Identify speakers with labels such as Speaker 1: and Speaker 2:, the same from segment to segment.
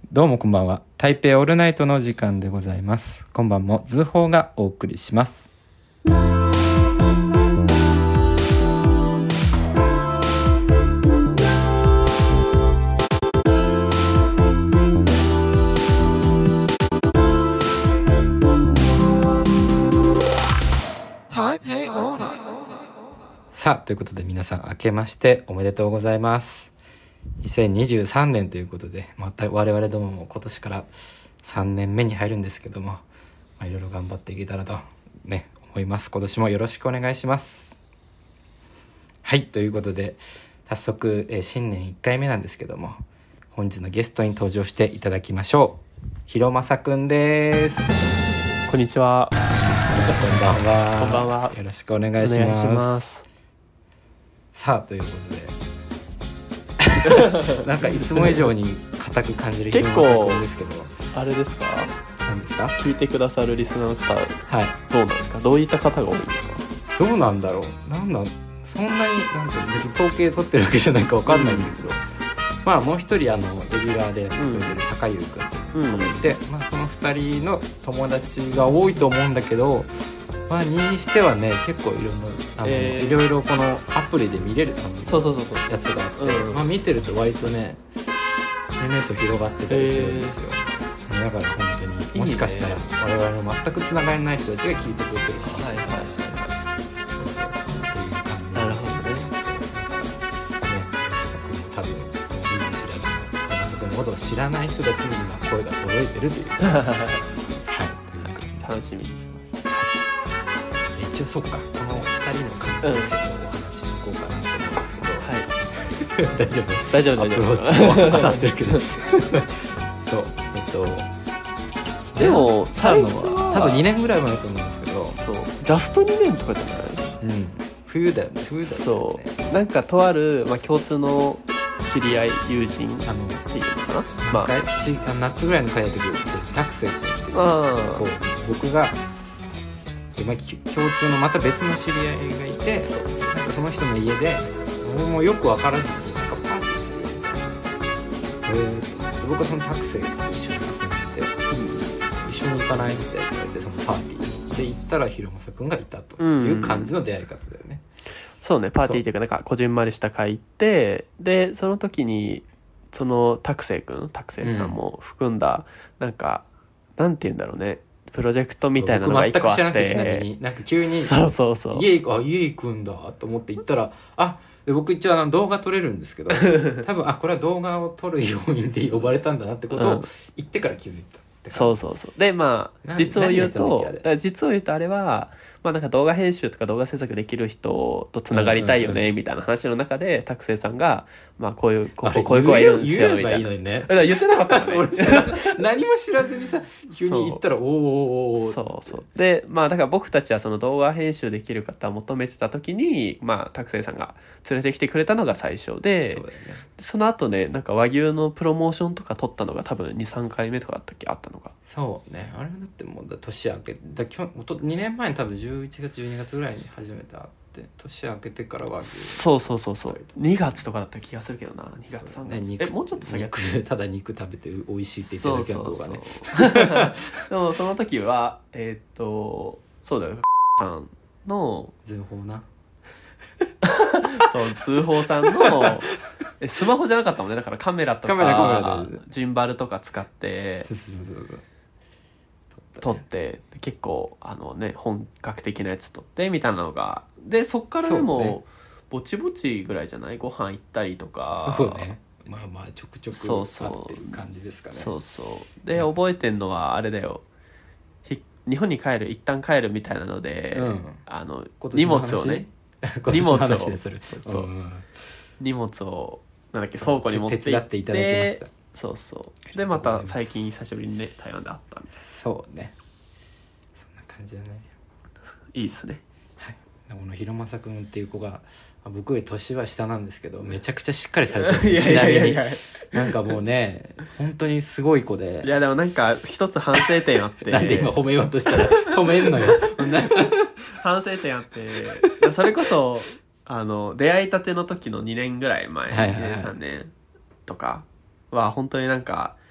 Speaker 1: どうもこんばんは。台北オールナイトの時間でございます。今晩も図報がお送りします。さあ、ということで皆さん明けましておめでとうございます。2023年ということで、また我々どもも今年から3年目に入るんですけども、いろいろ頑張っていけたらとね思います。今年もよろしくお願いします。はい、ということで早速、新年1回目なんですけども、本日のゲストに登場していただきましょう。ひろまさくんです。
Speaker 2: こんにちは。
Speaker 1: こんばんは。
Speaker 2: こんばんは。
Speaker 1: よろしくお願いします。
Speaker 2: お願いします。
Speaker 1: さあ、ということでなんかいつも以上に硬く感じる
Speaker 2: 結構
Speaker 1: ですけど、
Speaker 2: あれですか？
Speaker 1: 何ですか？
Speaker 2: 聞いてくださるリスナーの方、
Speaker 1: はい、
Speaker 2: どうなんですか？どういった方が多いんです
Speaker 1: か？どうなんだろう。そんなになんか別に統計取ってるわけじゃないか分かんないんだけど、もう一人レギュラーで出てる高優くんっていて、その二人の友達が多いと思うんだけど、にしてはね、結構いろいろこのアプリで見れるやつがあって、見てると割とね年齢層広がってたりするんですよ。だから本当にもしかしたら我々の全くつながりない人たちが聞いてくれてるかもしれないし、っていう感じなんですよね。多分見ず知らずの山里のことを知らない人たちに今声が届いてるというはい、という
Speaker 2: 楽しみにしてます。
Speaker 1: 一応そっか、この2人の関係性をお話していこうかなと思うんですけど、大丈夫
Speaker 2: 大丈夫
Speaker 1: アプローチも当たってるけどそう
Speaker 2: でも最初
Speaker 1: は多分2年ぐらい前だと思うんですけど、
Speaker 2: そうジャスト2年とかじゃない？
Speaker 1: 冬だよね。
Speaker 2: そうなんかとある、共通の知り合い友人っていうのかな、
Speaker 1: 夏ぐらいに帰ってくるタクセイって言って僕が共通のまた別の知り合いがいて、なんかその人の家でもうよく分からずになんかパーティーするみたいな、僕はそのタクセイと一緒に遊んでて、一緒に行かないみたいな言われて、そのパーティーにで行ったらひろまさくんがいたという感じの出会い方だよね。
Speaker 2: そうね、パーティーっていうか、なんかこじんまりした会行って、でその時にそのタクセイさんも含んだ、なんかなんて言うんだろうね、プロジェクトみたいなのが一個あって、僕全く知らなくて、ちなみになんか急に家行くんだと思って行ったら、で僕一応動画撮れるんですけど多分これは動画を撮る要員で呼ばれたんだなってことを言ってから気づいたって感じ。そうで実を言うとあれはなんか動画編集とか動画制作できる人とつながりたいよねみたいな話の中で、タクセイさんがこういう子がいるんですよみたいな。言ってなかったのね。俺
Speaker 1: 何も知らずにさ、急に言ったらお
Speaker 2: そうでだから僕たちはその動画編集できる方を求めてた時に、タクセイさんが連れてきてくれたのが最初で、その後ね、なんか和牛のプロモーションとか撮ったのが多分 2,3 回目とかだったっけ、あったのが。
Speaker 1: そうね、あれだってもう年明け2年前に多分11月12月ぐらいに初めて会って、年明けてから和牛、
Speaker 2: そう2月とかだった気がするけどな。2月3月、もうちょっと先
Speaker 1: ただ肉食べて美味しいって言ってただけの動画ね。
Speaker 2: でもその時はそうだよ、さんの
Speaker 1: 通報な
Speaker 2: そう通報さんのスマホじゃなかったもんね。だからカメラとかジンバルとか使って撮って、結構本格的なやつ撮ってみたいなのが、でそっからでもぼちぼちぐらいじゃない？ご飯行ったりとか。
Speaker 1: そうね、ちょくちょく会ってる感じですかね。
Speaker 2: で覚えてんのはあれだよ、日本に一旦帰るみたいなので、荷物をね荷物をなんだっけ、倉庫に持って行って
Speaker 1: 手伝っていただきました。
Speaker 2: でまた最近久しぶりにね台湾で会ったみたいな。
Speaker 1: そうね、そんな感じだね。
Speaker 2: いいっすね。
Speaker 1: はい、このひろまさくんっていう子が僕より年は下なんですけど、めちゃくちゃしっかりされてる。ちなみになんかもうね、本当にすごい子で。
Speaker 2: いやでもなんか一つ反省点あって
Speaker 1: なんで今褒めようとしたら止めんのよ
Speaker 2: 反省点あって、それこそ出会いたての時の2年ぐらい前、2年3年とかは本当になんか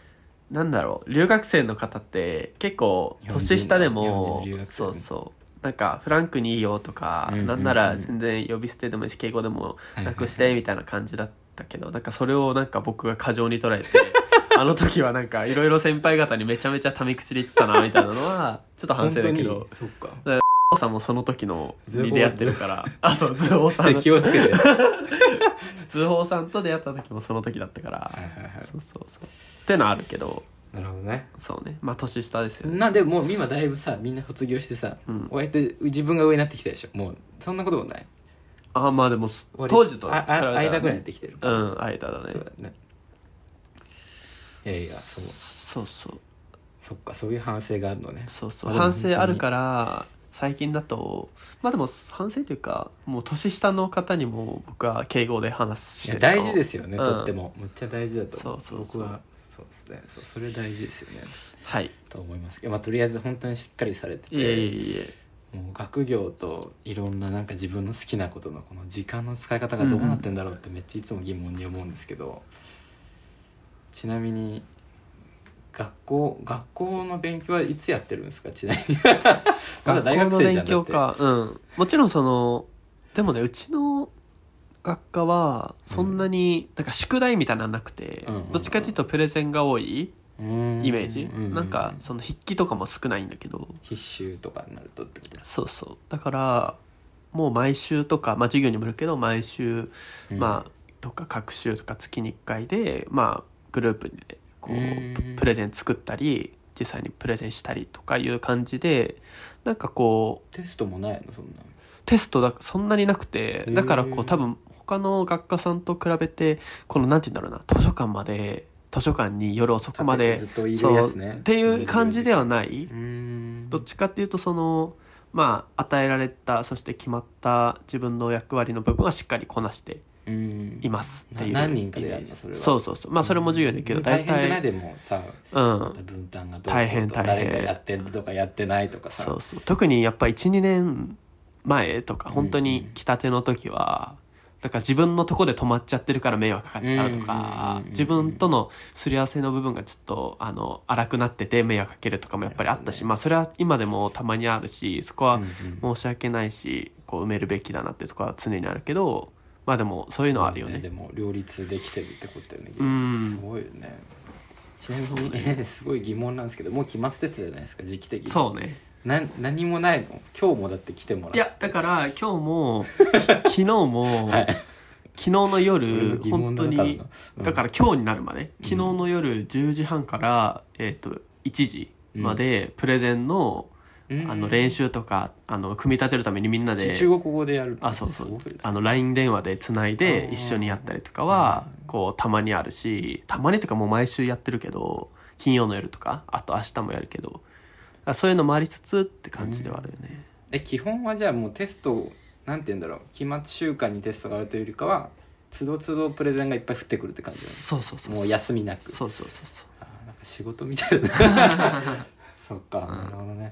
Speaker 2: なんだろう、留学生の方って結構年下でも、
Speaker 1: 日本人の留学生
Speaker 2: そうそうなんかフランクにいいよとか、なんなら全然呼び捨てでもいいし敬語でもなくしてみたいな感じだったけど、なんかそれをなんか僕が過剰に捉えてあの時はなんかいろいろ先輩方にめちゃめちゃタメ口で言ってたなみたいなのはちょっと反省だけど、
Speaker 1: そっか、
Speaker 2: おさんもその時のに出会ってるからあ、そう、ズホさん
Speaker 1: 気をつけて
Speaker 2: ズホさんと出会った時もその時だったから、
Speaker 1: はいはいはい、
Speaker 2: そうそうそうってのはあるけど、
Speaker 1: なるほどね。
Speaker 2: そうね、まあ年下ですよね。
Speaker 1: なんでもう今だいぶさみんな卒業してさ、こうやって自分が上になってきたでしょ。もうそんなこともない。
Speaker 2: あ、まあでも当時と比べたら、ね、
Speaker 1: 間ぐらいになってきてる。
Speaker 2: 間だね。
Speaker 1: そうだね。いやいや、そう
Speaker 2: そう
Speaker 1: そっか、そういう反省があるのね。
Speaker 2: そう反省あるから最近だとまあでも反省というかもう年下の方にも僕は敬語で話してるかも。
Speaker 1: 大事ですよね、とってもむっちゃ大事だと思う。
Speaker 2: そう
Speaker 1: 僕はそうですね、それ大事ですよね、
Speaker 2: はい
Speaker 1: と思いますけど、まあとりあえず本当にしっかりされてて、もう学業といろんななんか自分の好きなことのこの時間の使い方がどうなってんだろうってめっちゃいつも疑問に思うんですけど、ちなみに学校の勉強はいつやってるんですか？ちなみにまだ大学生じゃん。
Speaker 2: 学校の勉強か、もちろんでもね、うちの学科はそんなになんか宿題みたいなのなくて、どっちかというとプレゼンが多いイメージ、なんかその筆記とかも少ないんだけど、
Speaker 1: 必修とかになるとってことです。
Speaker 2: そうそう、だからもう毎週とか、まあ授業にもよるけど毎週、まあとか各週とか月に1回でまあグループでこうプレゼン作ったり実際にプレゼンしたりとかいう感じで、なんかこう
Speaker 1: テストもないの？そんな
Speaker 2: テストそんなになくて、だからこう多分他の学科さんと比べてこのなんて言うんだろうな、図書館に夜遅くまで
Speaker 1: ずっといるやつね
Speaker 2: っていう感じではない。どっちかっていうとまあ与えられた、そして決まった自分の役割の部分はしっかりこなしていますっていう。
Speaker 1: 何人かでやるの？それは。
Speaker 2: そうまあそれも授業だけど、
Speaker 1: 大変じゃない？でもさ、分担がどう
Speaker 2: 大変
Speaker 1: 誰かやってるとかやってないとかさ、
Speaker 2: そう特にやっぱ 1,2 年前とか本当に来たての時は、だから自分のとこで止まっちゃってるから迷惑かかっちゃうとか、自分とのすり合わせの部分がちょっと荒くなってて迷惑かけるとかもやっぱりあったし、まあそれは今でもたまにあるし、そこは申し訳ないしこう埋めるべきだなっていうところは常にあるけど、まあでもそういうのはあるよね。
Speaker 1: でも両立できてるってことだよね。すごいよね。ちなみに、すごい疑問なんですけど、もう期末テストじゃないですか、時期的に。
Speaker 2: そうね。
Speaker 1: 何もないの？今日もだって来てもらって。
Speaker 2: いやだから今日も昨日も、はい、昨日の夜本当に、だから今日になるまで、昨日の夜10時半から1時までプレゼンの練習とか組み立てるためにみんなで
Speaker 1: 中国語でやる。
Speaker 2: そうLINE 電話でつないで一緒にやったりとかはこうたまにあるし、たまにとかもう毎週やってるけど、金曜の夜とかあと明日もやるけど、そういうのもありつつって感じではあるよね。
Speaker 1: 基本はじゃあもうテストなんて言うんだろう、期末週間にテストがあるというよりかは都度都度プレゼンがいっぱい降ってくるって感じだよね。
Speaker 2: そう
Speaker 1: もう休みなく。
Speaker 2: そうなん
Speaker 1: か仕事みたいだねそっか、なるほどね。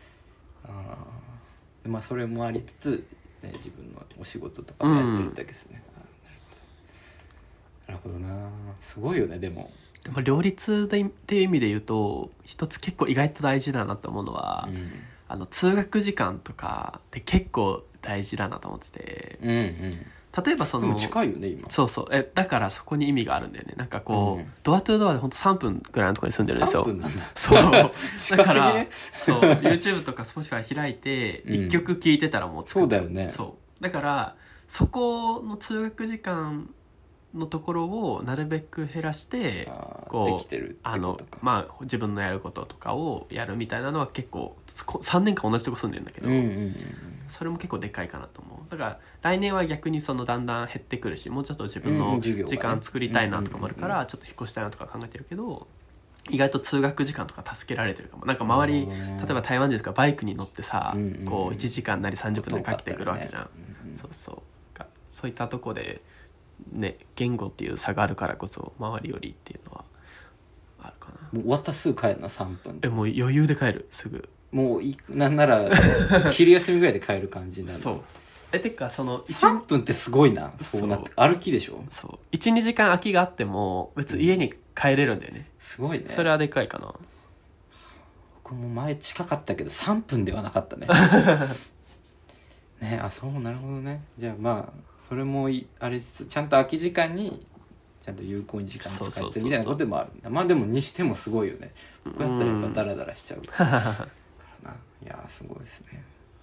Speaker 1: まあそれもありつつ、ね、自分のお仕事とかもやってるだけですね。なるほどな。すごいよね。でも
Speaker 2: 両立っていう意味で言うと一つ結構意外と大事だなと思うのは、通学時間とかって結構大事だなと思ってて、例えば
Speaker 1: でも近いよね今。
Speaker 2: そうだからそこに意味があるんだよね。なんかこう、ドアトゥードアでほんと3分ぐらいのところに住んでるんですよ。
Speaker 1: 3分なんだ。
Speaker 2: そう
Speaker 1: だ
Speaker 2: からそう YouTube とか Spotify 開いて1曲聴いてたらもう
Speaker 1: そうだよね。
Speaker 2: そうだからそこの通学時間のところをなるべく減らしてこう
Speaker 1: できてるってことか。
Speaker 2: まあ自分のやることとかをやるみたいなのは結構3年間同じとこ住んでるんだけど、それも結構でかいかなと思う。だから来年は逆にだんだん減ってくるし、もうちょっと自分の時間作りたいなとかもあるからちょっと引っ越したいなとか考えてるけど、意外と通学時間とか助けられてるかも。なんか周り例えば台湾人とかバイクに乗ってさ、こう1時間なり30分でかけてくるわけじゃん。そういったとこでね、言語っていう差があるからこそ周りよりっていうのはあるかな。
Speaker 1: もう終わったらすぐ帰るの3分。
Speaker 2: もう余裕で帰るすぐ。
Speaker 1: もうなんなら昼休みぐらいで帰る感じになる。
Speaker 2: そうてか
Speaker 1: 3分ってすごいな。そうなって歩きでしょ。
Speaker 2: そう 1,2 時間空きがあっても別に家に帰れるんだよね。
Speaker 1: すごいね。
Speaker 2: それはでかいかな。
Speaker 1: 僕も前近かったけど3分ではなかったねね、あ、そうなるほどね。じゃあまあそれもあれちゃんと空き時間にちゃんと有効に時間使ってみたいなことでもあるんだ。まあでもにしてもすごいよね。僕だったらやっぱダラダラしちゃうからな。いやすごいですね。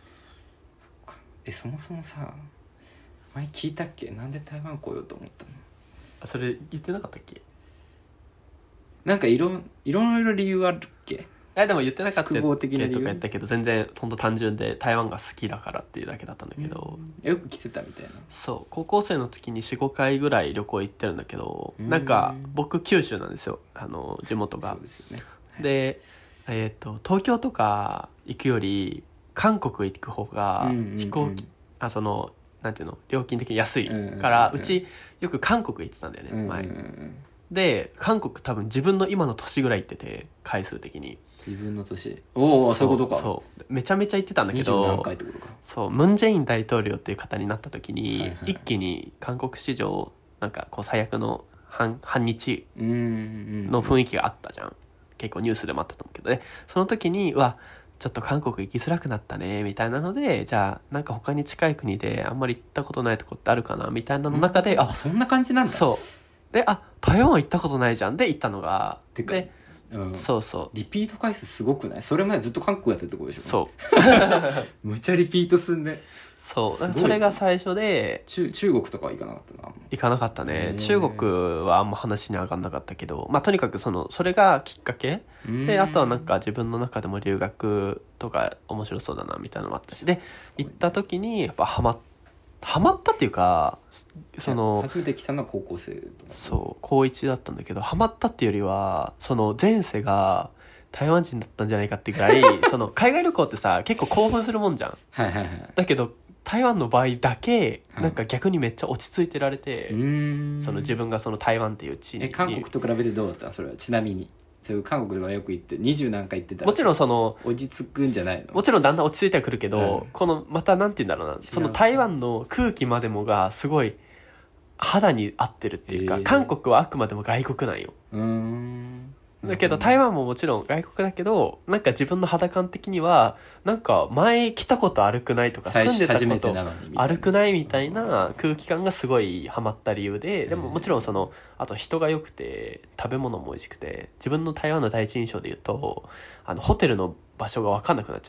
Speaker 1: そもそもさ、前聞いたっけ、なんで台湾来ようと思ったの？
Speaker 2: あ、それ言ってなかったっけ？
Speaker 1: なんかいろいろ理由あるっけ？
Speaker 2: でも言ってなかった
Speaker 1: 複合的な理由
Speaker 2: とか言ったけど、全然ほんと単純で台湾が好きだからっていうだけだったんだけど、
Speaker 1: よく来てたみたいな。
Speaker 2: そう高校生の時に 4,5 回ぐらい旅行行ってるんだけど、なんか僕九州なんですよ、地元が。
Speaker 1: そうですよね。
Speaker 2: で、東京とか行くより韓国行く方が飛行機、なんていうの、料金的に安いから、うちよく韓国行ってたんだよね、前。で韓国多分自分の今の年ぐらい行ってて、回数的に
Speaker 1: 自分の年、おお、そういうことか。
Speaker 2: そうめちゃめちゃ行ってたんだけど、
Speaker 1: 20何回ってことか。
Speaker 2: そうムン・ジェイン大統領っていう方になった時に、
Speaker 1: はいはい、
Speaker 2: 一気に韓国史上なんかこう最悪の反日の雰囲気があったじゃん。結構ニュースでもあったと思うけどね。その時にちょっと韓国行きづらくなったねみたいなので、じゃあなんか他に近い国であんまり行ったことないとこってあるかなみたいなの中で、
Speaker 1: そんな感じなんだ。
Speaker 2: そうで、台湾行ったことないじゃんで行ったのが、で、そうそう
Speaker 1: リピート回数すごくない？それまでずっと韓国やってるとこでしょ。
Speaker 2: そう
Speaker 1: むちゃリピートすんね。
Speaker 2: そうそれが最初で、
Speaker 1: 中国とかは行かなかったな。
Speaker 2: 行かなかったね。中国はあんま話に上がんなかったけど、とにかくそれがきっかけで、あとはなんか自分の中でも留学とか面白そうだなみたいなのもあったし、で行った時にやっぱハマったっていうか、
Speaker 1: 初めて来たのは高校生とか。
Speaker 2: そう高1だったんだけど、ハマったっていうよりは前世が台湾人だったんじゃないかっていうぐらい海外旅行ってさ結構興奮するもんじゃん。
Speaker 1: はいはいはい。
Speaker 2: だけど台湾の場合だけなんか逆にめっちゃ落ち着いてられて、自分が台湾っていう地に
Speaker 1: 韓国と比べてどうだった？それはちなみに。そういう韓国とかよく行って20何回行ってたら
Speaker 2: もちろん
Speaker 1: 落ち着くんじゃないの？
Speaker 2: もちろんだんだん落ち着いてはくるけど、またなんて言うんだろうな、台湾の空気までもがすごい肌に合ってるっていうか、韓国はあくまでも外国なんよ。だけど台湾ももちろん外国だけど、なんか自分の肌感的にはなんか前来たことあるくないとか、住んでたことあるくないみたいな空気感がすごいハマった理由で、でももちろんあと人が良くて食べ物も美味しくて、自分の台湾の第一印象で言うとホテルの場所が分かんなくなっちゃって、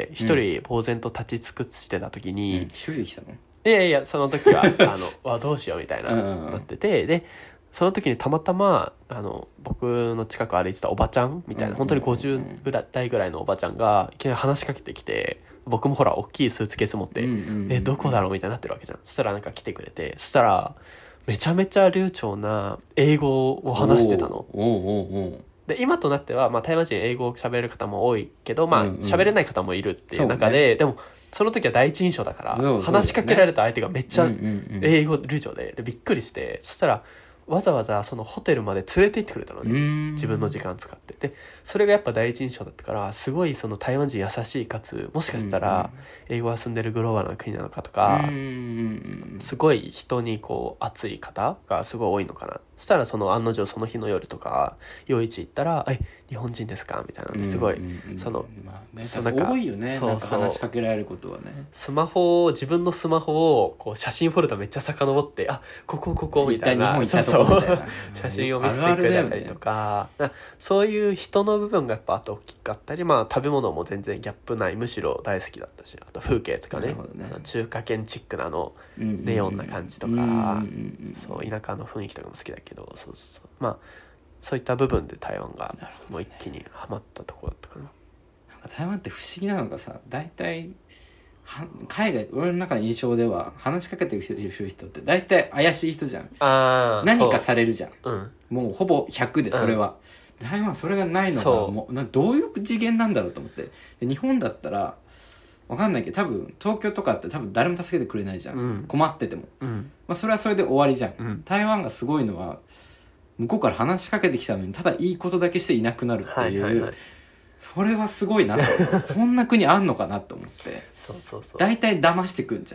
Speaker 2: 一人呆然と立ち尽くしてた時に、
Speaker 1: 一人で来たの？
Speaker 2: いやその時はどうしようみたいななってて、でその時にたまたま僕の近く歩いてたおばちゃんみたいな、本当に50代ぐらいのおばちゃんがいきなり話しかけてきて、僕もほら大きいスーツケース持って、どこだろうみたいになってるわけじゃん。そしたらなんか来てくれて、そしたらめちゃめちゃ流暢な英語を話してたの。で今となっては、台湾人英語を喋れる方も多いけど、喋れない方もいるっていう中で、でもその時は第一印象だから、話しかけられた相手がめっちゃ英語流暢でびっくりして、そしたらわざわざホテルまで連れて行ってくれたのね、自分の時間使って。でそれがやっぱ第一印象だったから、すごい台湾人優しい、かつもしかしたら英語が住んでるグローバルな国なのかとか、すごい人に熱い方がすごい多いのかな。そしたら案の定その日の夜とか夜市行ったら「日本人ですか?」みたいなのですごい
Speaker 1: なんか多いよね。なんか話しかけられることはね。
Speaker 2: 自分のスマホを写真フォルダめっちゃ遡って「ここ」みたいな、写真を見せてくれたりとか、そういう人の部分がやっぱあと大きかったり、食べ物も全然ギャップない、むしろ大好きだったし、あと風景とかね、中華圏チックなネオンな感じとか、そう田舎の雰囲気とかも好きだけど、そういった部分で台湾がもう一気にハマったところだったかな。
Speaker 1: なんか台湾って不思議なのがさ、大体海外、俺の中の印象では話しかけてくる人って大体怪しい人じゃん。何かされるじゃん、もうほぼ100でそれは、台湾それがないのがもうどういう次元なんだろうと思って。で日本だったらわかんないけど、多分東京とかって多分誰も助けてくれないじゃん、困ってても、それはそれで終わりじゃん、台湾がすごいのは向こうから話しかけてきたのにただいいことだけしていなくなるっていう、それはすごいなとそんな国あんのかなと思って。大体騙してくんじゃん。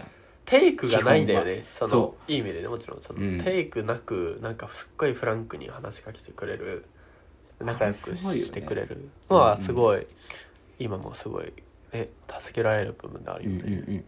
Speaker 2: テイクがないんだよね。
Speaker 1: そ
Speaker 2: いい意味でね、もちろんテイクなくなんかすっごいフランクに話しかけてくれる、仲良くしてくれるのはすごい、今もすごいね助けられる部分であるよね。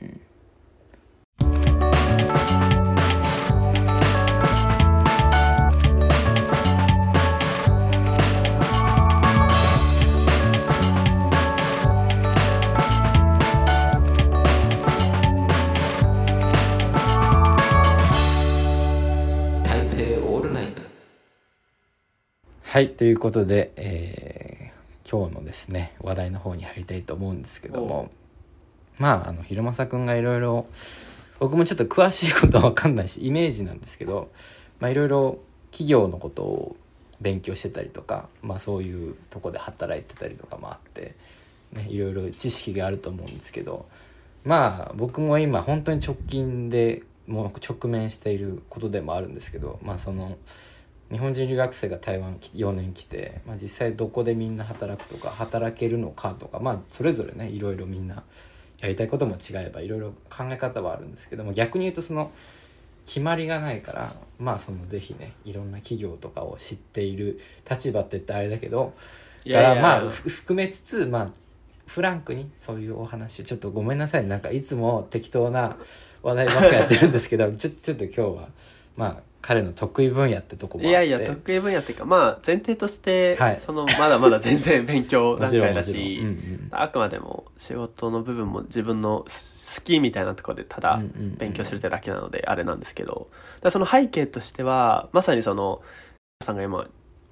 Speaker 1: はい、ということで、今日のですね話題の方に入りたいと思うんですけども、ひろまさくんがいろいろ、僕もちょっと詳しいことは分かんないしイメージなんですけど、いろいろ企業のことを勉強してたりとか、そういうとこで働いてたりとかもあって、ね、いろいろ知識があると思うんですけど、僕も今本当に直近でもう直面していることでもあるんですけど、その日本人留学生が台湾4年来て、実際どこでみんな働くとか働けるのかとか、それぞれねいろいろみんなやりたいことも違えばいろいろ考え方はあるんですけども、逆に言うとその決まりがないから、そのぜひねいろんな企業とかを知っている立場って言ったらあれだけど、含めつつフランクにそういうお話を、ちょっとごめんなさい、なんかいつも適当な話題ばっかやってるんですけどちょっと今日は彼の得意分野ってとこもあって、
Speaker 2: 得意分野っていうか前提として、まだまだ全然勉強段階だしあくまでも仕事の部分も自分の好きみたいなところでただ勉強するってだけなのであれなんですけど、その背景としてはまさにさんが今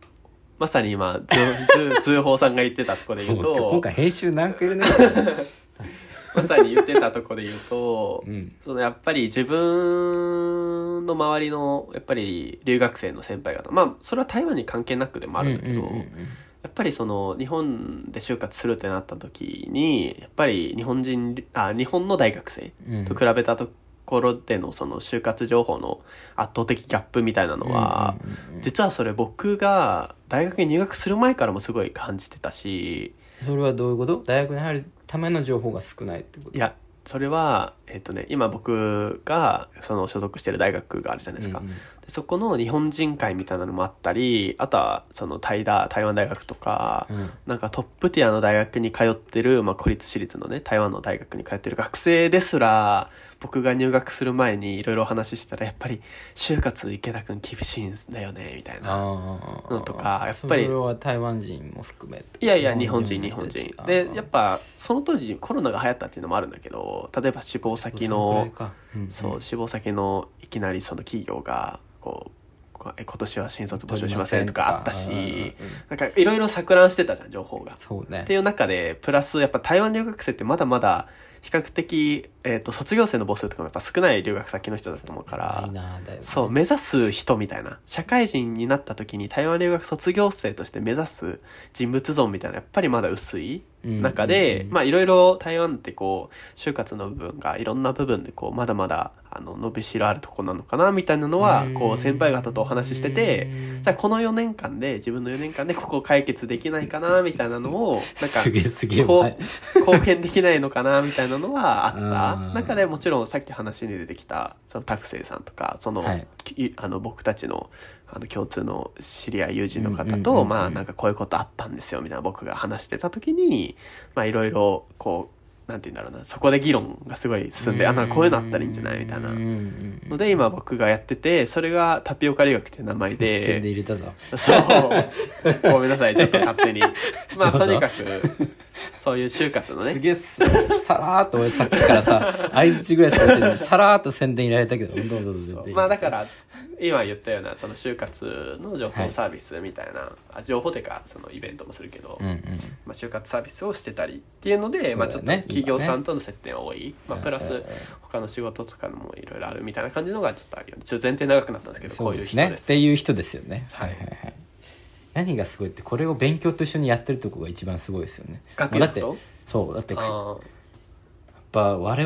Speaker 2: 通報さんが言ってたところで言うと
Speaker 1: 今回編集何回入れない
Speaker 2: まさに言ってたところで言うと、そのやっぱり自分の周りのやっぱり留学生の先輩方、それは台湾に関係なくでもあるんだけど、やっぱりその日本で就活するってなった時にやっぱり日本の大学生と比べたところでのその就活情報の圧倒的ギャップみたいなのは、実はそれ僕が大学に入学する前からもすごい感じてたし。
Speaker 1: それはどういうこと？大学に入るための情報が少ないってこと？
Speaker 2: いやそれは今僕がその所属してる大学があるじゃないですか、でそこの日本人会みたいなのもあったり、あとはその台湾大学とか、なんかトップティアの大学に通ってる、孤立私立のね台湾の大学に通ってる学生ですら、僕が入学する前にいろいろお話ししたら、やっぱり就活池田くん厳しいんだよねみたいなのとか、やっぱり
Speaker 1: それは台湾人も含めて、
Speaker 2: いや日本人で、やっぱその当時コロナが流行ったっていうのもあるんだけど、例えば志望先の志望先のいきなりその企業が今年は新卒募集しませんとかあったし、なんかいろいろ錯乱してたじゃん情報が。
Speaker 1: そうね。
Speaker 2: っていう中でプラスやっぱ台湾留学生ってまだまだ比較的、卒業生の母数とかもやっぱ少ない留学先の人だと思うから、そう目指す人みたいな、社会人になった時に台湾留学卒業生として目指す人物像みたいなやっぱりまだ薄い中で、いろいろ台湾って就活の部分がいろんな部分でまだまだ伸びしろあるとこなのかなみたいなのは先輩方とお話ししてて、じゃあこの4年間で自分の4年間でここを解決できないかなみたいなのをなんか貢献できないのかなみたいなのはあった中で、もちろんさっき話に出てきたそのタクセイさんとか僕たちの共通の知り合い友人の方となんかこういうことあったんですよみたいな僕が話してた時にいろいろなんて言うんだろうな、そこで議論がすごい進んで、なんかこういうのあったらいいんじゃないみたいなので今僕がやってて、それがタピオカ留学っていう名前で
Speaker 1: 宣伝入れたぞ。
Speaker 2: そうごめんなさいちょっと勝手にとにかくそういう就活のね、
Speaker 1: すげえさらーっと俺さっきからさ相槌ぐらいしか言ってない、さらーっと宣伝入れられたけど、どうぞ
Speaker 2: だから今言ったようなその就活の情報サービスみたいな、情報というかそのイベントもするけど、就活サービスをしてたりっていうので、ちょっと企業さんとの接点は多い、プラス他の仕事とかもいろいろあるみたいな感じのがちょっとあるよね。ちょっと前提長くなったんですけど、こういう人です
Speaker 1: っていう人ですよね。何がすごいって、これを勉強と一緒にやってるとこが一番すごいですよね。
Speaker 2: 学力と
Speaker 1: だってやっぱ我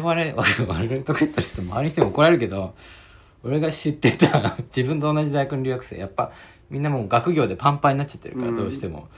Speaker 1: 々とかとして周りの人に怒られるけど、俺が知ってた自分と同じ大学の留学生、やっぱみんなもう学業でパンパンになっちゃってるから、どうしても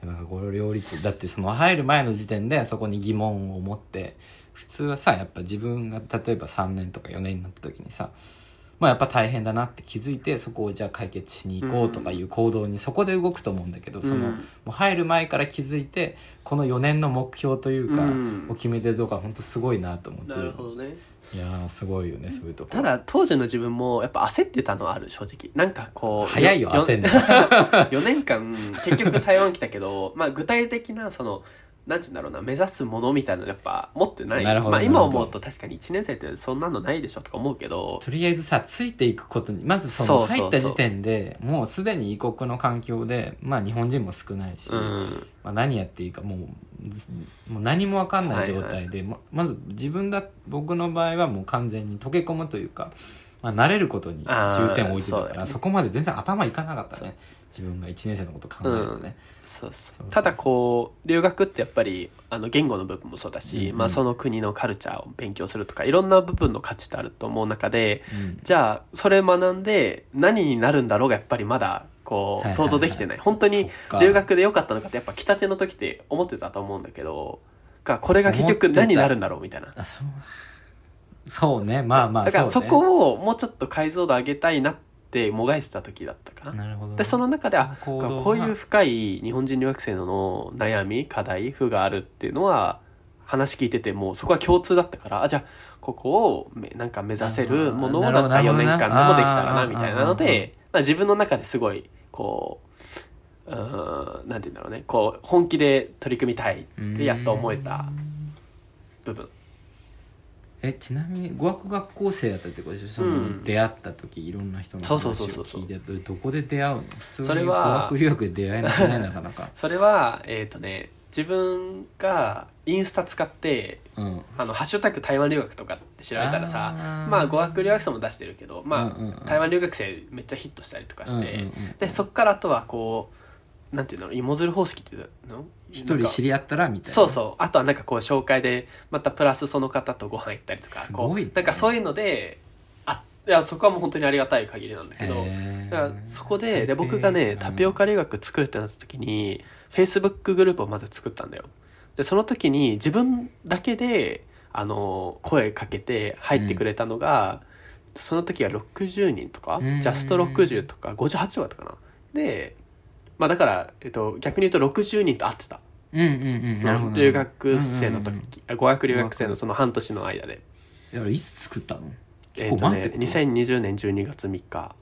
Speaker 1: なんかこれ両立だってその入る前の時点でそこに疑問を持って、普通はさやっぱ自分が例えば3年とか4年になった時にさ、まあやっぱ大変だなって気づいてそこをじゃあ解決しに行こうとかいう行動にそこで動くと思うんだけど、そのもう入る前から気づいてこの4年の目標というかを決めてるとか本当すごいなと思って。
Speaker 2: なるほどね。
Speaker 1: いやすごいよねそういうとこ。
Speaker 2: ただ当時の自分もやっぱ焦ってたのはある、正直。なんかこう
Speaker 1: 早いよ焦んの
Speaker 2: 4年間結局台湾来たけどまあ具体的なそのなんて言うんだろうな、目指すものみたいなのやっぱ持ってない。
Speaker 1: なるほど、
Speaker 2: まあ今思うと確かに1年生ってそんなのないでしょとか思うけど、
Speaker 1: とりあえずさついていくことにまずその入った時点でもうすでに異国の環境で、まあ日本人も少ないし、まあ、何やっていいかもう何も分かんない状態で、まず僕の場合はもう完全に溶け込むというか、まあ、慣れることに重点を置いてたから、そこまで全然頭いかなかったね、自分が1年生のこと考えるとね。
Speaker 2: ただこう留学ってやっぱり言語の部分もそうだし、まあ、その国のカルチャーを勉強するとかいろんな部分の価値ってあると思う中で、じゃあそれ学んで何になるんだろうがやっぱりまだこう想像できてない。本当に留学で良かったのかってやっぱ来たての時って思ってたと思うんだけど、これが結局何になるんだろうみたいな。
Speaker 1: そうね、まあまあ
Speaker 2: だからそこをもうちょっと解像度上げたいなってもがいてた時だったかな。
Speaker 1: なるほど。
Speaker 2: でその中でこういう深い日本人留学生の悩み課題負があるっていうのは話聞いててもそこは共通だったから、じゃあここをなんか目指せるものをなんか4年間でもできたらなみたいなので、まあ、自分の中ですごいこうなんて言うんだろうね、こう本気で取り組みたいってやっと思えた部分。
Speaker 1: ちなみに語学学校生だったってことでしょ、その出会った時いろんな人の話を聞いてどこで出会うの？普通に語学留学で出会えなくないなかなか。
Speaker 2: それは自分がインスタ使って、ハッシュタグ台湾留学とかって調べたらさ、まあ語学留学生も出してるけど、まあ台湾留学生めっちゃヒットしたりとかして、でそっからあとはこうなんていうの、芋づる方式っていうの、
Speaker 1: 一人知り合ったらみたいな。
Speaker 2: そうそう。あとはなんかこう紹介でまたプラスその方とご飯行ったりとか、
Speaker 1: すごいね、
Speaker 2: なんかそういうので、いやそこはもう本当にありがたい限りなんだけど、だからそこで僕がねタピオカ留学作るってなった時に Facebook グループをまず作ったんだよ。でその時に自分だけで声かけて入ってくれたのが、その時は60人とか、ジャスト60とか58とかだったかな。でまあだから、逆に言うと60人と会ってた。留学生の時、語学留学生のその半年の間で。
Speaker 1: いつ作ったの？結構待って。
Speaker 2: 2020年12月3日。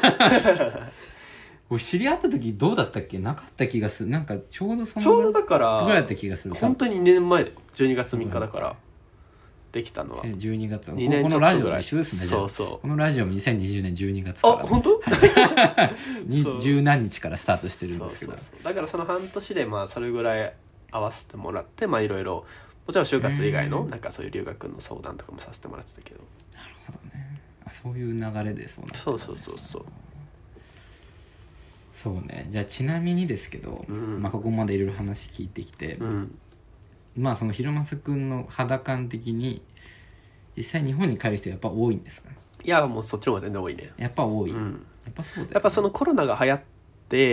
Speaker 1: 知り合った時どうだったっけ？なかった気がする。なんかちょう
Speaker 2: どだから
Speaker 1: ぐらいだった気がする。
Speaker 2: 本当に2年前で12月3日だからできたのは
Speaker 1: 12月。
Speaker 2: 2年
Speaker 1: このラジオと一緒ですね。
Speaker 2: そうそう。
Speaker 1: このラジオも2020年12月から。
Speaker 2: 本当？
Speaker 1: 十何日からスタートしてるんですけど。
Speaker 2: だからその半年でまあそれぐらい合わせてもらって、まあいろいろもちろん就活以外のなんかそういう留学の相談とかもさせてもらってたけど。
Speaker 1: なるほどね。そういう流れでそうなった。
Speaker 2: そう。
Speaker 1: そうね。じゃあちなみにですけど、まあここまでいろいろ話聞いてきて、まあそのひろまさくんの肌感的に実際日本に帰る人やっぱ多いんですか？
Speaker 2: いやもうそっちの方が全然多いね。
Speaker 1: やっぱ多い。やっぱそうだよね。
Speaker 2: やっぱそのコロナが流行って、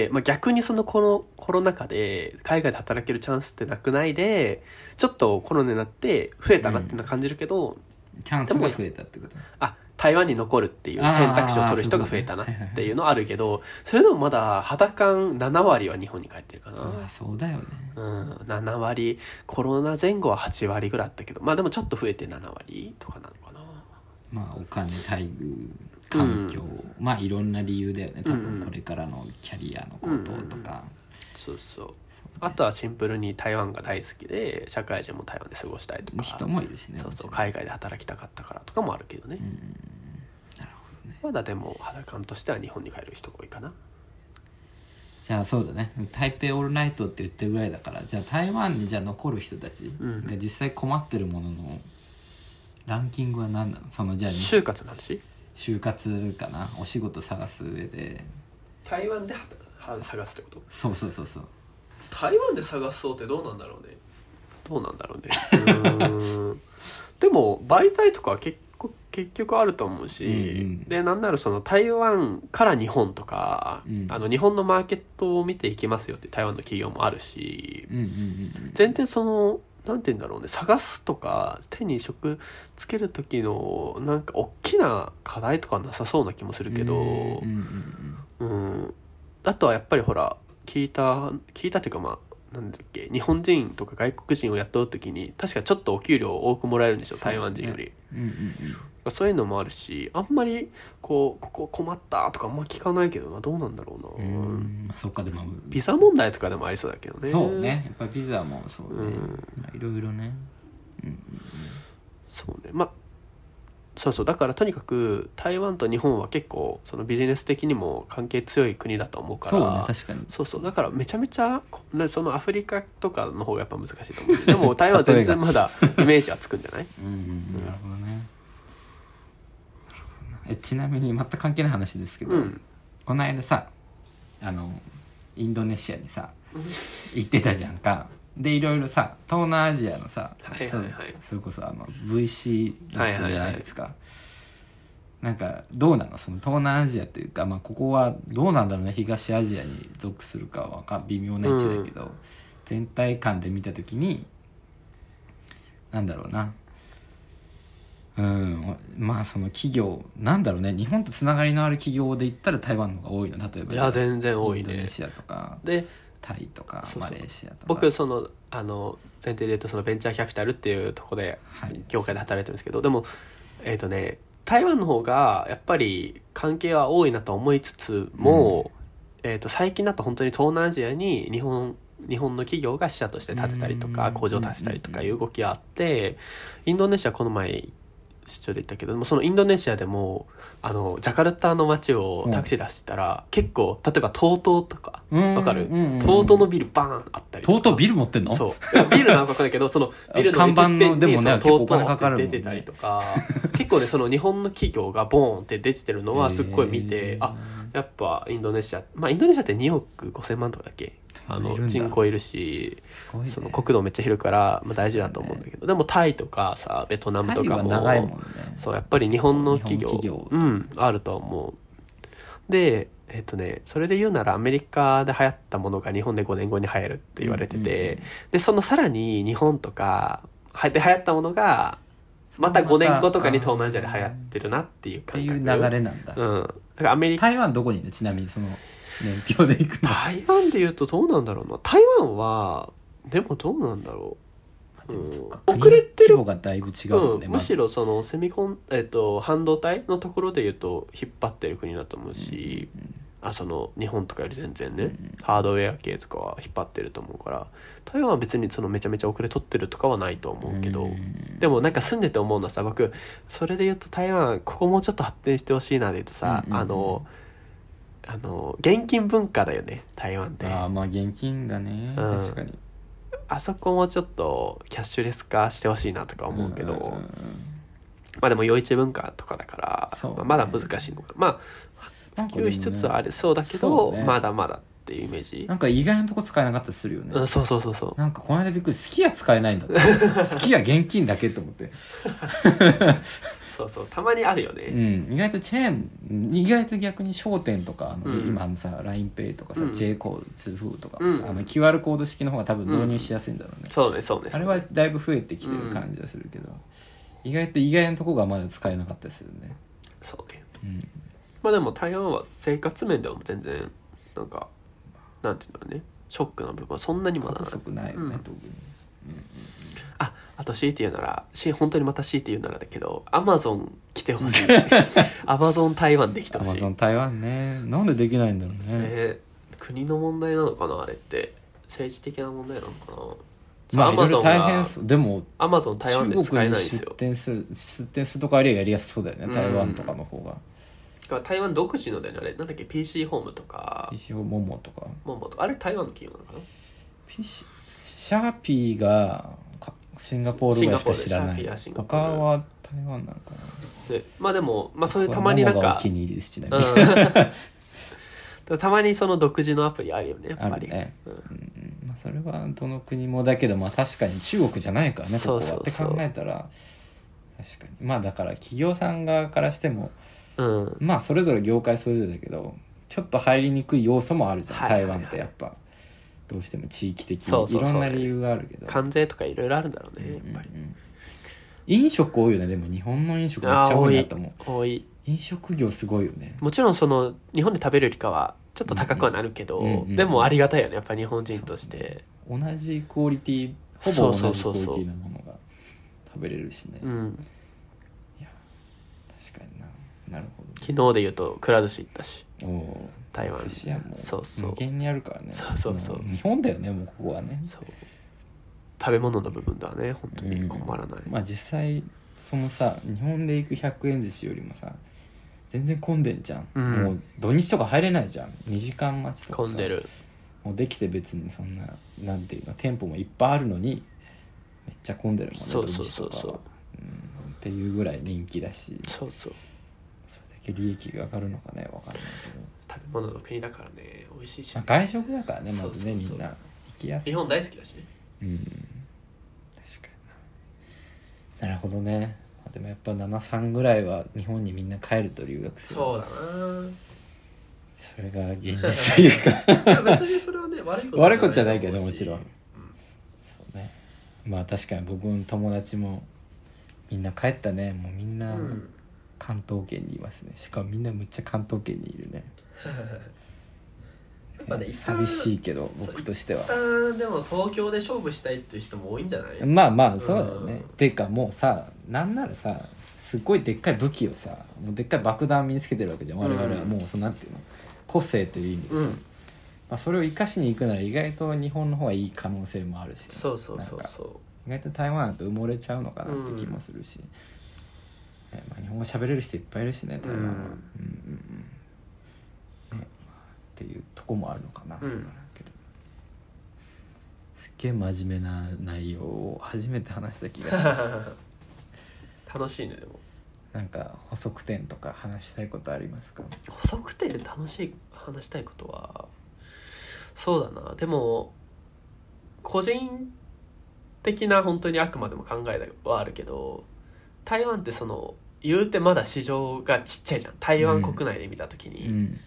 Speaker 2: まあ、逆にそのコロナ禍で海外で働けるチャンスってなくないでちょっとコロナになって増えたなっていうのは感じるけど、
Speaker 1: チャンスが増えたってこと？
Speaker 2: 台湾に残るっていう選択肢を取る人が増えたなっていうのはあるけど、それでもまだ肌感7割は日本に帰ってるかな。
Speaker 1: そうだよね。
Speaker 2: 7割、コロナ前後は8割ぐらいあったけど、まあでもちょっと増えて7割とかなのかな。
Speaker 1: まあお金、待遇、環境、まあいろんな理由だよね。多分これからのキャリアのこととか。
Speaker 2: そう。あとはシンプルに台湾が大好きで社会人も台湾で過ごしたいとか
Speaker 1: 人もいるしね。
Speaker 2: そう海外で働きたかったからとかもあるけどね。
Speaker 1: なるほどね。
Speaker 2: まだでも肌感としては日本に帰る人が多いかな。
Speaker 1: じゃあそうだね、台北オールナイトって言ってるぐらいだから、じゃあ台湾にじゃあ残る人たちが実際困ってるもののランキングは何なの？そのじゃあ
Speaker 2: 就活の話？
Speaker 1: 就活かな、お仕事探す上で
Speaker 2: 台湾で探すってこと？そう。台湾で探そうってどうなんだろうね。でも媒体とかは結結局あると思うし、
Speaker 1: うんうん、
Speaker 2: でなんならその台湾から日本とか、
Speaker 1: うん、
Speaker 2: 日本のマーケットを見ていきますよっていう台湾の企業もあるし、
Speaker 1: うんうんうん、
Speaker 2: 全然そのなんて言うんだろうね、探すとか手に職つける時のなんか大きな課題とかなさそうな気もするけど、あとはやっぱりほら聞いたっていうか、まあなんだっけ、日本人とか外国人を雇う時に確かちょっとお給料多くもらえるんでしょ、台湾人より。そういうのもあるし、あんまりここ困ったとかあんま聞かないけどな、どうなんだろうな。
Speaker 1: そっか、でも
Speaker 2: ビザ問題とかでもありそうだけどね。
Speaker 1: そうね、やっぱりビザもそうね、いろいろね、
Speaker 2: そうね、まあそうだからとにかく台湾と日本は結構そのビジネス的にも関係強い国だと思うから、
Speaker 1: そうね、確かに。
Speaker 2: そうだからめちゃめちゃそのアフリカとかの方がやっぱ難しいと思う。でも台湾は全然まだイメージはつくんじゃない？なる
Speaker 1: ほどね。ちなみに全く関係ない話ですけど、この間さインドネシアにさ行ってたじゃんか。でいろいろさ東南アジアのさ、それこそVC の人じゃないですか、なんかどうなのその東南アジアというか、まあ、ここはどうなんだろうね、東アジアに属するかは微妙な位置だけど、全体感で見た時になんだろうな、まあその企業なんだろうね、日本とつながりのある企業で言ったら台湾の方が多いの、例えば
Speaker 2: いや全然多いね、
Speaker 1: インドネシアとかでタイとかマレーシアとか。
Speaker 2: 僕その前提で言うとそのベンチャーキャピタルっていうところで業界で働いてるんですけど、でも台湾の方がやっぱり関係は多いなと思いつつも、最近だと本当に東南アジアに日本の企業が支社として建てたりとか工場を建てたりとかいう動きがあって、インドネシアこの前出張で行ったけども、そのインドネシアでもジャカルタの街をタクシー出してたら、結構例えば TOTO とかわかる、TOTO のビルバーンあったりとか。
Speaker 1: TOTO ビル持ってんの？そう
Speaker 2: ビルなんかわかんないけど、そのビルの
Speaker 1: 看板のでもね、結構お金かかるもんね。
Speaker 2: 出てたりとか結構ね、その日本の企業がボーンって出てるのはすっごい見て、やっぱインドネシアって2億5,000万とかだっけ、人口いるし、ね、その国土めっちゃ広いから、大事だと思うんだけど、でもタイとかさベトナムとかも
Speaker 1: 長いもんね。
Speaker 2: そうやっぱり日本の企業あると思う。でそれで言うならアメリカで流行ったものが日本で5年後に流行るって言われてて、でそのさらに日本とかで流行ったものまた5年後とかに東南アジアで流行ってるなっていう感覚。
Speaker 1: っていう流れなんだ。
Speaker 2: だから台
Speaker 1: 湾どこにいるの？ちなみにその年表で行くの。
Speaker 2: 台湾で言うとどうなんだろうな。台湾はでもどうなんだろう。遅れてる。
Speaker 1: 規模がだいぶ違うもんね。
Speaker 2: むしろその半導体のところで言うと引っ張ってる国だと思うし、その日本とかより全然ね、ハードウェア系とかは引っ張ってると思うから、台湾は別にそのめちゃめちゃ遅れ取ってるとかはないと思うけど、でもなんか住んでて思うのはさ、僕それで言うと台湾ここもうちょっと発展してほしいなで言うとさ、現金文化だよね台湾って。
Speaker 1: まあ現金だね、確かに。
Speaker 2: あそこもちょっとキャッシュレス化してほしいなとか思うけど、まあでも夜市文化とかだから、まだ難しいのかな。まあ普及しつつはありそうだけど、まだまだっていうイメージ。
Speaker 1: なんか意外なとこ使えなかったりするよね。
Speaker 2: そう
Speaker 1: なんかこの間びっくり、すき家使えないんだってすき家現金だけと思って
Speaker 2: そうたまにあるよね。
Speaker 1: 意外とチェーン、意外と逆に商店とか今さ LINEPay とかさ、J コーツフーとかさ、QR コード式の方が多分導入しやすいんだろうね。
Speaker 2: そうね。
Speaker 1: あれはだいぶ増えてきてる感じはするけど、意外なとこがまだ使えなかったりするね。
Speaker 2: そうね。まあでも台湾は生活面では全然なんかなんていうのね、ショックな部分はそんなにも
Speaker 1: ないよね、特に。
Speaker 2: あと強いて言うなら、本当にまた強いて言うならだけど、アマゾン来てほしいアマゾン台湾できてほしい。
Speaker 1: アマゾン台湾ね、なんでできないんだろうね。
Speaker 2: 国の問題なのかな、あれって政治的な問題なのかな。
Speaker 1: まあいろいろ大変そう。でも
Speaker 2: アマゾン台湾で使えないんですよ。
Speaker 1: 出店するとかありゃやりやすそうだよね、台湾とかの方が。
Speaker 2: 台湾独自のだよね、あれなんだっけ、 PC ホームとか
Speaker 1: PC ホームモモとか
Speaker 2: あれ台湾の企業なのかな。
Speaker 1: シャーピーがシンガポールぐらいしか知らない。他は台湾なのかな。
Speaker 2: まあでも、そういうたまになんか
Speaker 1: お気に入りです、ちなみに
Speaker 2: たまにその独自のアプリあるよね、やっぱり。
Speaker 1: それはどの国もだけど、確かに中国じゃないからね、ここはって考えたら確かにまあだから企業さん側からしても
Speaker 2: うん
Speaker 1: まあそれぞれ業界それぞれだけどちょっと入りにくい要素もあるじゃん、
Speaker 2: はいはいはい
Speaker 1: 台湾ってやっぱどうしても地域的
Speaker 2: そうそうそう
Speaker 1: にいろんな理由があるけど
Speaker 2: 関税とかいろいろあるんだろうねやっぱり、
Speaker 1: うんうん、飲食多いよね。でも日本の飲食めっちゃ多いなと思う。
Speaker 2: 多い
Speaker 1: 飲食業すごいよね。
Speaker 2: もちろんその日本で食べるよりかはちょっと高くはなるけど、
Speaker 1: うんうん
Speaker 2: でもありがたいよねやっぱり日本人として
Speaker 1: 同じクオリティほぼ同じクオリティのものが食べれるしね。
Speaker 2: うん
Speaker 1: いや確かにな。なるほど。
Speaker 2: 昨日で言うとくら寿司行ったし
Speaker 1: おお。
Speaker 2: 台湾
Speaker 1: 寿司屋も
Speaker 2: そうそう
Speaker 1: 無限にあるからね。
Speaker 2: そうそうそう
Speaker 1: 日本だよねもうここはね。
Speaker 2: そう食べ物の部分ではね本当に困らない、
Speaker 1: まあ実際そのさ日本で行く100円寿司よりもさ全然混んでんじゃん、
Speaker 2: うん
Speaker 1: もう土日とか入れないじゃん2時間待ちとかさ
Speaker 2: 混んでる
Speaker 1: もうできて別にそんななんていうの店舗もいっぱいあるのにめっちゃ混んでるもんね
Speaker 2: そうそうそうそう
Speaker 1: 土日とかはっていうぐらい人気だし
Speaker 2: そうそう
Speaker 1: それだけ利益が上がるのかねわかんないけど、
Speaker 2: 食べ物の国だからね美味しいし、
Speaker 1: まあ、外食だからねまずね
Speaker 2: そうそうそう
Speaker 1: みんな行きやすい
Speaker 2: 日本大好きだしね
Speaker 1: うん確かになるほどねでもやっぱ73ぐらいは日本にみんな帰ると留学生
Speaker 2: そうだな
Speaker 1: それが現実というか
Speaker 2: いや別にそれはね悪いこと
Speaker 1: 悪いことじゃないけどねもちろん、
Speaker 2: うん
Speaker 1: そうねまあ確かに僕の友達もみんな帰ったねもうみんな
Speaker 2: うん
Speaker 1: 関東圏にいますねしかもみんなむっちゃ関東圏にいるね
Speaker 2: やっぱね
Speaker 1: 寂しいけど僕としては
Speaker 2: でも東京で勝負したいっていう人も多いんじゃない
Speaker 1: まあまあそうだよね、
Speaker 2: うん
Speaker 1: ていうかもうさなんならさすっごいでっかい武器をさもうでっかい爆弾身につけてるわけじゃん我々はもうそのなんていうの個性という意味でさ、
Speaker 2: うん
Speaker 1: まあ、それを生かしに行くなら意外と日本の方がいい可能性もあるし
Speaker 2: そうそうそう
Speaker 1: なんか
Speaker 2: そ
Speaker 1: 意外と台湾だと埋もれちゃうのかなって気もするし、まあ、日本語喋れる人いっぱいいるしね台湾は、
Speaker 2: うん
Speaker 1: うんうんうんね、っていうとこもあるのかな、
Speaker 2: うん
Speaker 1: わからんけどすっげえ真面目な内容を初めて話した気がします
Speaker 2: う楽しいねでも
Speaker 1: なんか補足点とか話したいことありますか？
Speaker 2: 補足点楽しい話したいことはそうだなでも個人的な本当にあくまでも考えはあるけど台湾ってその言うてまだ市場がちっちゃいじゃん台湾国内で見た時に、
Speaker 1: うん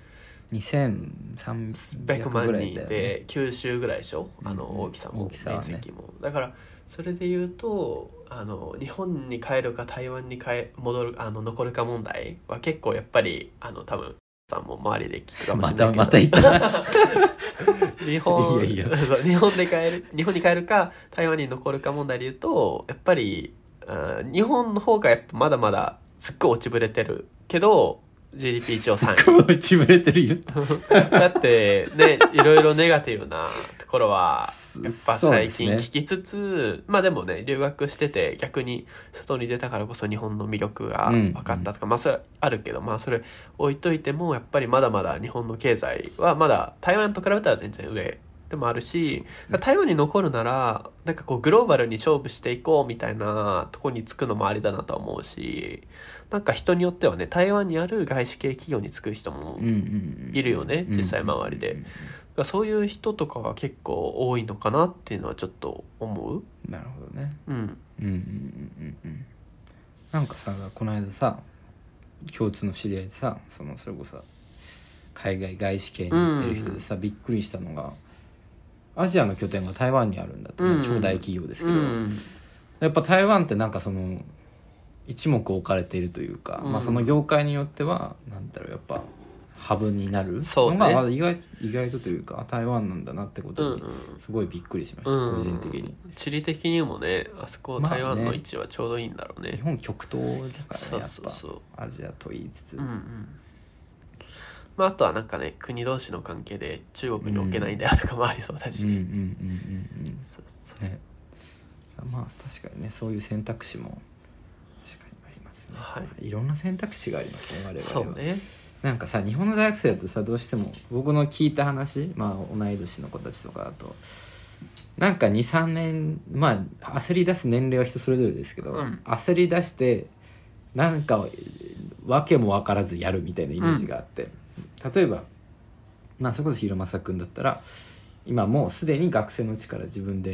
Speaker 1: 2300
Speaker 2: 100万
Speaker 1: ぐらいだよね
Speaker 2: 人で九州ぐらいでしょあの
Speaker 1: うん
Speaker 2: 大きさも
Speaker 1: 大きさはね
Speaker 2: 面積もだからそれで言うと日本に帰るか台湾に戻る残るか問題は結構やっぱり多分さんも周りで聞くかもしれないけど
Speaker 1: また言ったな
Speaker 2: 日本
Speaker 1: いいよいいよ
Speaker 2: そう日本に帰るか台湾に残るか問題で言うとやっぱり日本の方がやっぱまだまだすっごい落ちぶれてるけど GDP 一応3位
Speaker 1: すっごい落ちぶれてるよ
Speaker 2: だってねいろいろネガティブなところはやっぱ最近
Speaker 1: そうですね
Speaker 2: 聞きつつ、まあでもね留学してて逆に外に出たからこそ日本の魅力が分かったとか、まあそれあるけどまあそれ置いといてもやっぱりまだまだ日本の経済はまだ台湾と比べたら全然上でもあるし、台湾に残るならなんかこうグローバルに勝負していこうみたいなとこにつくのもありだなとは思うしなんか人によってはね台湾にある外資系企業に就く人もいるよね、実際周りで、だからそういう人とかが結構多いのかなっていうのはちょっと思う。
Speaker 1: なるほどね
Speaker 2: うん
Speaker 1: うんうんうんうんうんなんかさこの間さ共通の知り合いでさそれこそ海外外資系に行ってる人でさ、びっくりしたのがアジアの拠点が台湾にあるんだって、ね超大企業ですけど、やっぱ台湾ってなんかその一目置かれているというか、まあ、その業界によってはなんだろうやっぱハブになる
Speaker 2: そうね
Speaker 1: のが意外とというか台湾なんだなってことにすごいびっくりしました、個人的に。
Speaker 2: 地理的にもねあそこ台湾の位置はちょうどいいんだろうね。
Speaker 1: 日本極東だからね
Speaker 2: そうそうそう
Speaker 1: やっぱアジアと言いつつ、
Speaker 2: まあ、あとはなんかね国同士の関係で中国に置けないんだよとかもありそうだし、
Speaker 1: うんうんうんうんうん
Speaker 2: そうそう
Speaker 1: ねまあ確かにねそういう選択肢も確かにありますね、
Speaker 2: はい、
Speaker 1: いろんな選択肢がありますね我々は。
Speaker 2: そうね
Speaker 1: なんかさ日本の大学生だとさどうしても僕の聞いた話まあ同い年の子たちとかだとなんか 2,3 年まあ焦り出す年齢は人それぞれですけど、焦り出してなんか訳も分からずやるみたいなイメージがあって、例えばまあそれこそ弘正君だったら今もうすでに学生のうちから自分で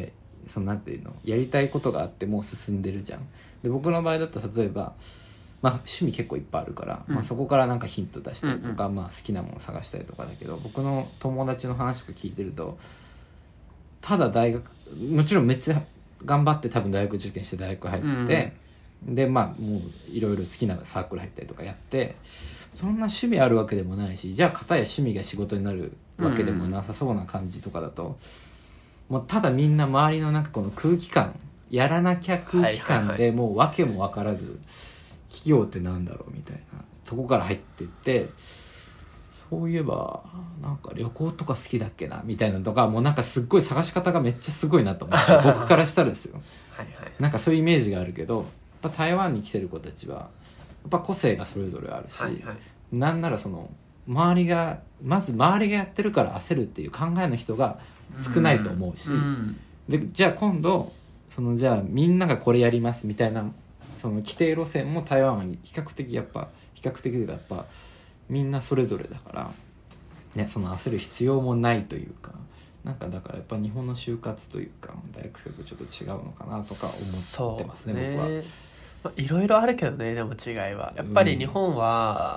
Speaker 1: そのなんていうのやりたいことがあってもう進んでるじゃん。で僕の場合だと例えば、まあ、趣味結構いっぱいあるから、まあ、そこからなんかヒント出したりとか、まあ、好きなものを探したりとかだけど、僕の友達の話とか聞いてるとただ大学もちろんめっちゃ頑張って多分大学受験して大学入って、でまあもういろいろ好きなサークル入ったりとかやって、そんな趣味あるわけでもないし、じゃあ片や趣味が仕事になるわけでもなさそうな感じとかだと、もうただみんな周りのなんかこの空気感、やらなきゃ空気感でもう訳も分からず、企業ってなんだろうみたいな、そこから入ってって、そういえばなんか旅行とか好きだっけなみたいなのとか、もうなんかすっごい探し方がめっちゃすごいなと思って僕からしたらですよはい、なんかそういうイメージがあるけど、やっぱ台湾に来てる子たちはやっぱ個性がそれぞれあるし、なんならその周りがやってるから焦るっていう考えの人が少ないと思うし、でじゃあ今度じゃあみんながこれやりますみたいなその規定路線も台湾は比較的というかやっぱみんなそれぞれだから、ね、その焦る必要もないというか、なんかだからやっぱ日本の就活というか大学生とちょっと違うのかなとか思ってますね、僕は。
Speaker 2: まあ、いろいろあるけどね、でも違いはやっぱり日本は、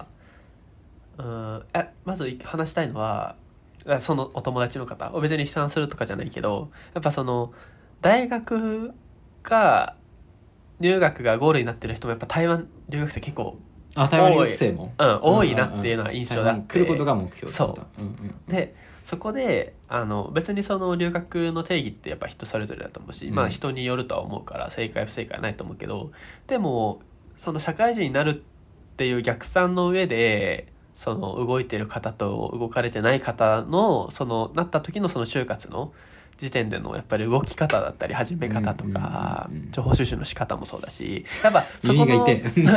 Speaker 2: まず話したいのはそのお友達の方を別に批判するとかじゃないけど、やっぱその大学が入学がゴールになってる人もやっぱ台湾留学生結構
Speaker 1: 台湾留学生も、
Speaker 2: 多いなっていうのは印象だって、
Speaker 1: 来ることが目標だった。
Speaker 2: そう、でそこで別にその留学の定義ってやっぱ人それぞれだと思うし、まあ人によるとは思うから正解不正解はないと思うけど、でもその社会人になるっていう逆算の上でその動いてる方と動かれてない方のそのなった時のその就活の時点でのやっぱり動き方だったり始め方とか、情報収集の仕方もそうだし、やっぱそこの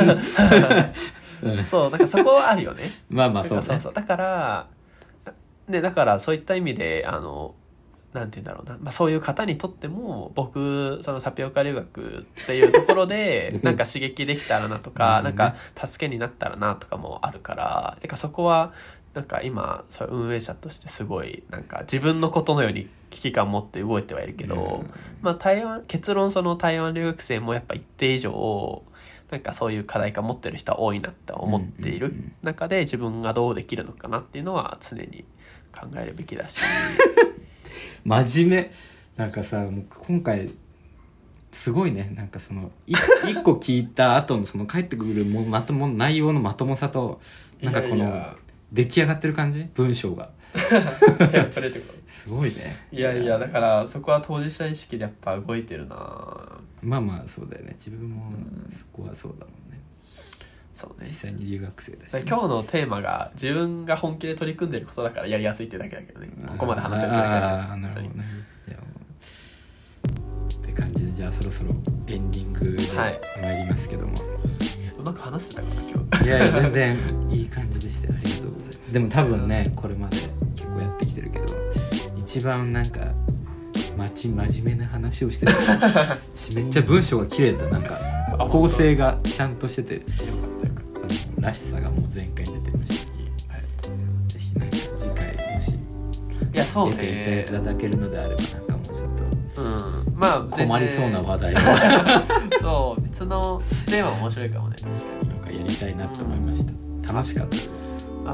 Speaker 2: そうなんかそこはあるよね
Speaker 1: まあそうね、
Speaker 2: そうだからね、だからそういった意味でなんて言うんだろうな、まあ、そういう方にとっても僕そのタピオカ留学っていうところでなんか刺激できたらなとかなんか助けになったらなとかもあるから、てかそこはなんか今そう運営者としてすごいなんか自分のことのように危機感持って動いてはいるけど、まあ結論その台湾留学生もやっぱ一定以上なんかそういう課題感持ってる人は多いなって思っている中で、自分がどうできるのかなっていうのは常に考えるべきだし
Speaker 1: 真面目なんかさ、もう今回すごいね、なんかその一個聞いた後のその返ってくる内容のまともさと、なんかこの出来上がってる感じ、文章がすごいね。
Speaker 2: いやだからそこは当事者意識でやっぱ動いてるな。
Speaker 1: まあそうだよね、自分もそこはそうだもんね。
Speaker 2: そうね、
Speaker 1: 実際に留学生だし、
Speaker 2: 今日のテーマが自分が本気で取り組んでることだからやりやすいってだけだけどね、ここまで話せるってだけだけど。
Speaker 1: なるほどね。じゃあって感じで、じゃあそろそろエンディングで参りますけども、
Speaker 2: うまく話してたかな今日。
Speaker 1: いや全然いい感じでしたよ、ありがとうございます。でも多分ね、これまで結構やってきてるけど一番なんか真面目な話をしてるめっちゃ文章が綺麗だ、なんか構成がちゃんとしててらしさがもう全開に出てました。ぜひなんか次回もし出ていただけるのであれば、なんかもうちょっと、まあ困りそうな話題を
Speaker 2: そう別のテーマ面白いかもね、
Speaker 1: とかやりたいなと思いました。楽しかった。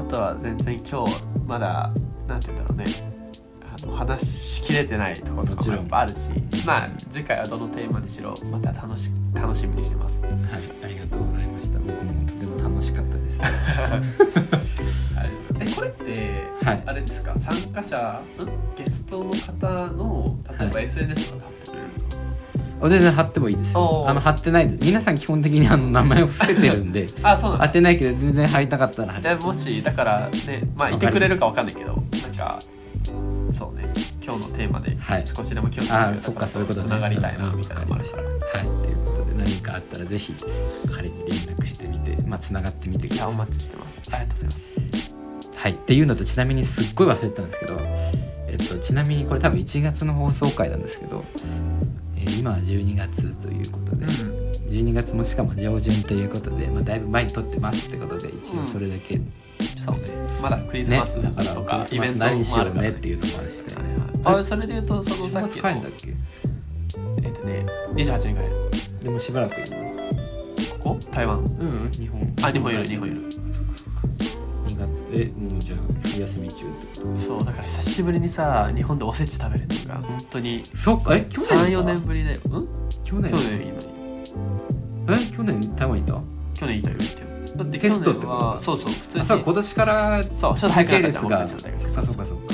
Speaker 2: あとは全然今日まだなんて言うんだろうね、話しきれてないところとかもやっぱあるし、まあ次回はどのテーマにしろまた楽しみにしてます。
Speaker 1: はい、ありがとうございました。僕もとても楽しかったです
Speaker 2: これって、あれですか、参加者ゲストの方の例えば SNS とか貼ってくれるんですか？
Speaker 1: 全然貼ってもいいですよ。貼ってないです。皆さん基本的に名前を伏せてるんで貼ってないけど、全然貼りたかったら貼ります。
Speaker 2: もしだからね、まあいてくれるかわかんないけど、なんかそうね、今日のテーマで少しでも興味がある方とつながりたいなみたいなのもありました。
Speaker 1: はい、ということで何かあったらぜひ彼に連絡してみて、つながってみてください。
Speaker 2: お待ちしてます。ありがとうございます。
Speaker 1: はい、っていうのと、ちなみにすっごい忘れてたんですけど、ちなみにこれ多分1月の放送回なんですけど、今は12月ということで、12月のしかも上旬ということで、だいぶ前に撮ってますってことで、一応それだけ、
Speaker 2: そうね、まだクリスマスとか、
Speaker 1: だからクリスマス何しようねっていうのもあるしね。
Speaker 2: それでいうとそのさっきの
Speaker 1: 帰るんだっけ？
Speaker 2: 28日帰る。
Speaker 1: でもしばらくいる。
Speaker 2: ここ台湾。
Speaker 1: 日本。
Speaker 2: 日本いる。
Speaker 1: 2月もうじゃあ冬休み中ってこと。
Speaker 2: そうだから久しぶりにさ日本でおせち食べれるのが本当に
Speaker 1: そうか。去年
Speaker 2: 3、4年ぶりだよ。
Speaker 1: 去年いいのに。去年台湾いた？
Speaker 2: 去年いたよ。だって
Speaker 1: テストってこと？
Speaker 2: そう普通に。
Speaker 1: そう今年から
Speaker 2: そうちょっと早くなったじゃん。
Speaker 1: 時系列が。
Speaker 2: そうか。
Speaker 1: じゃ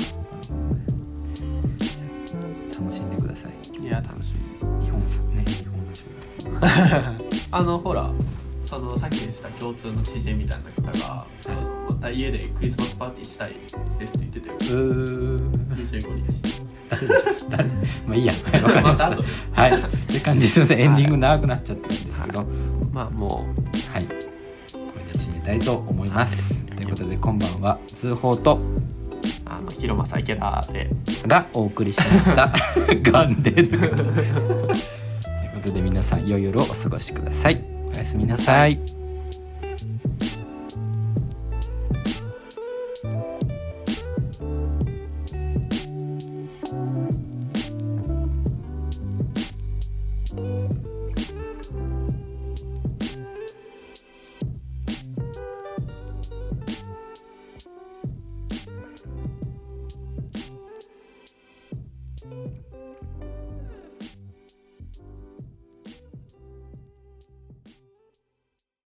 Speaker 1: あ楽しんでください。
Speaker 2: いや楽し
Speaker 1: 日本の正月。
Speaker 2: ほらそのさっき言ってた共通の知人みたいな方がまた家でクリスマスパーティーしたいですって言ってたよ。25日。
Speaker 1: 誰まあいいや。はい、わかりました。はい。って感じ。すみません、エンディング長くなっちゃったんですけど、
Speaker 2: まあも
Speaker 1: うはい、これで締めたいと思います。ということで今晩は通報と
Speaker 2: 広政池田で
Speaker 1: がお送りしました。ガンでということで皆さん良い夜をお過ごしください。おやすみなさい。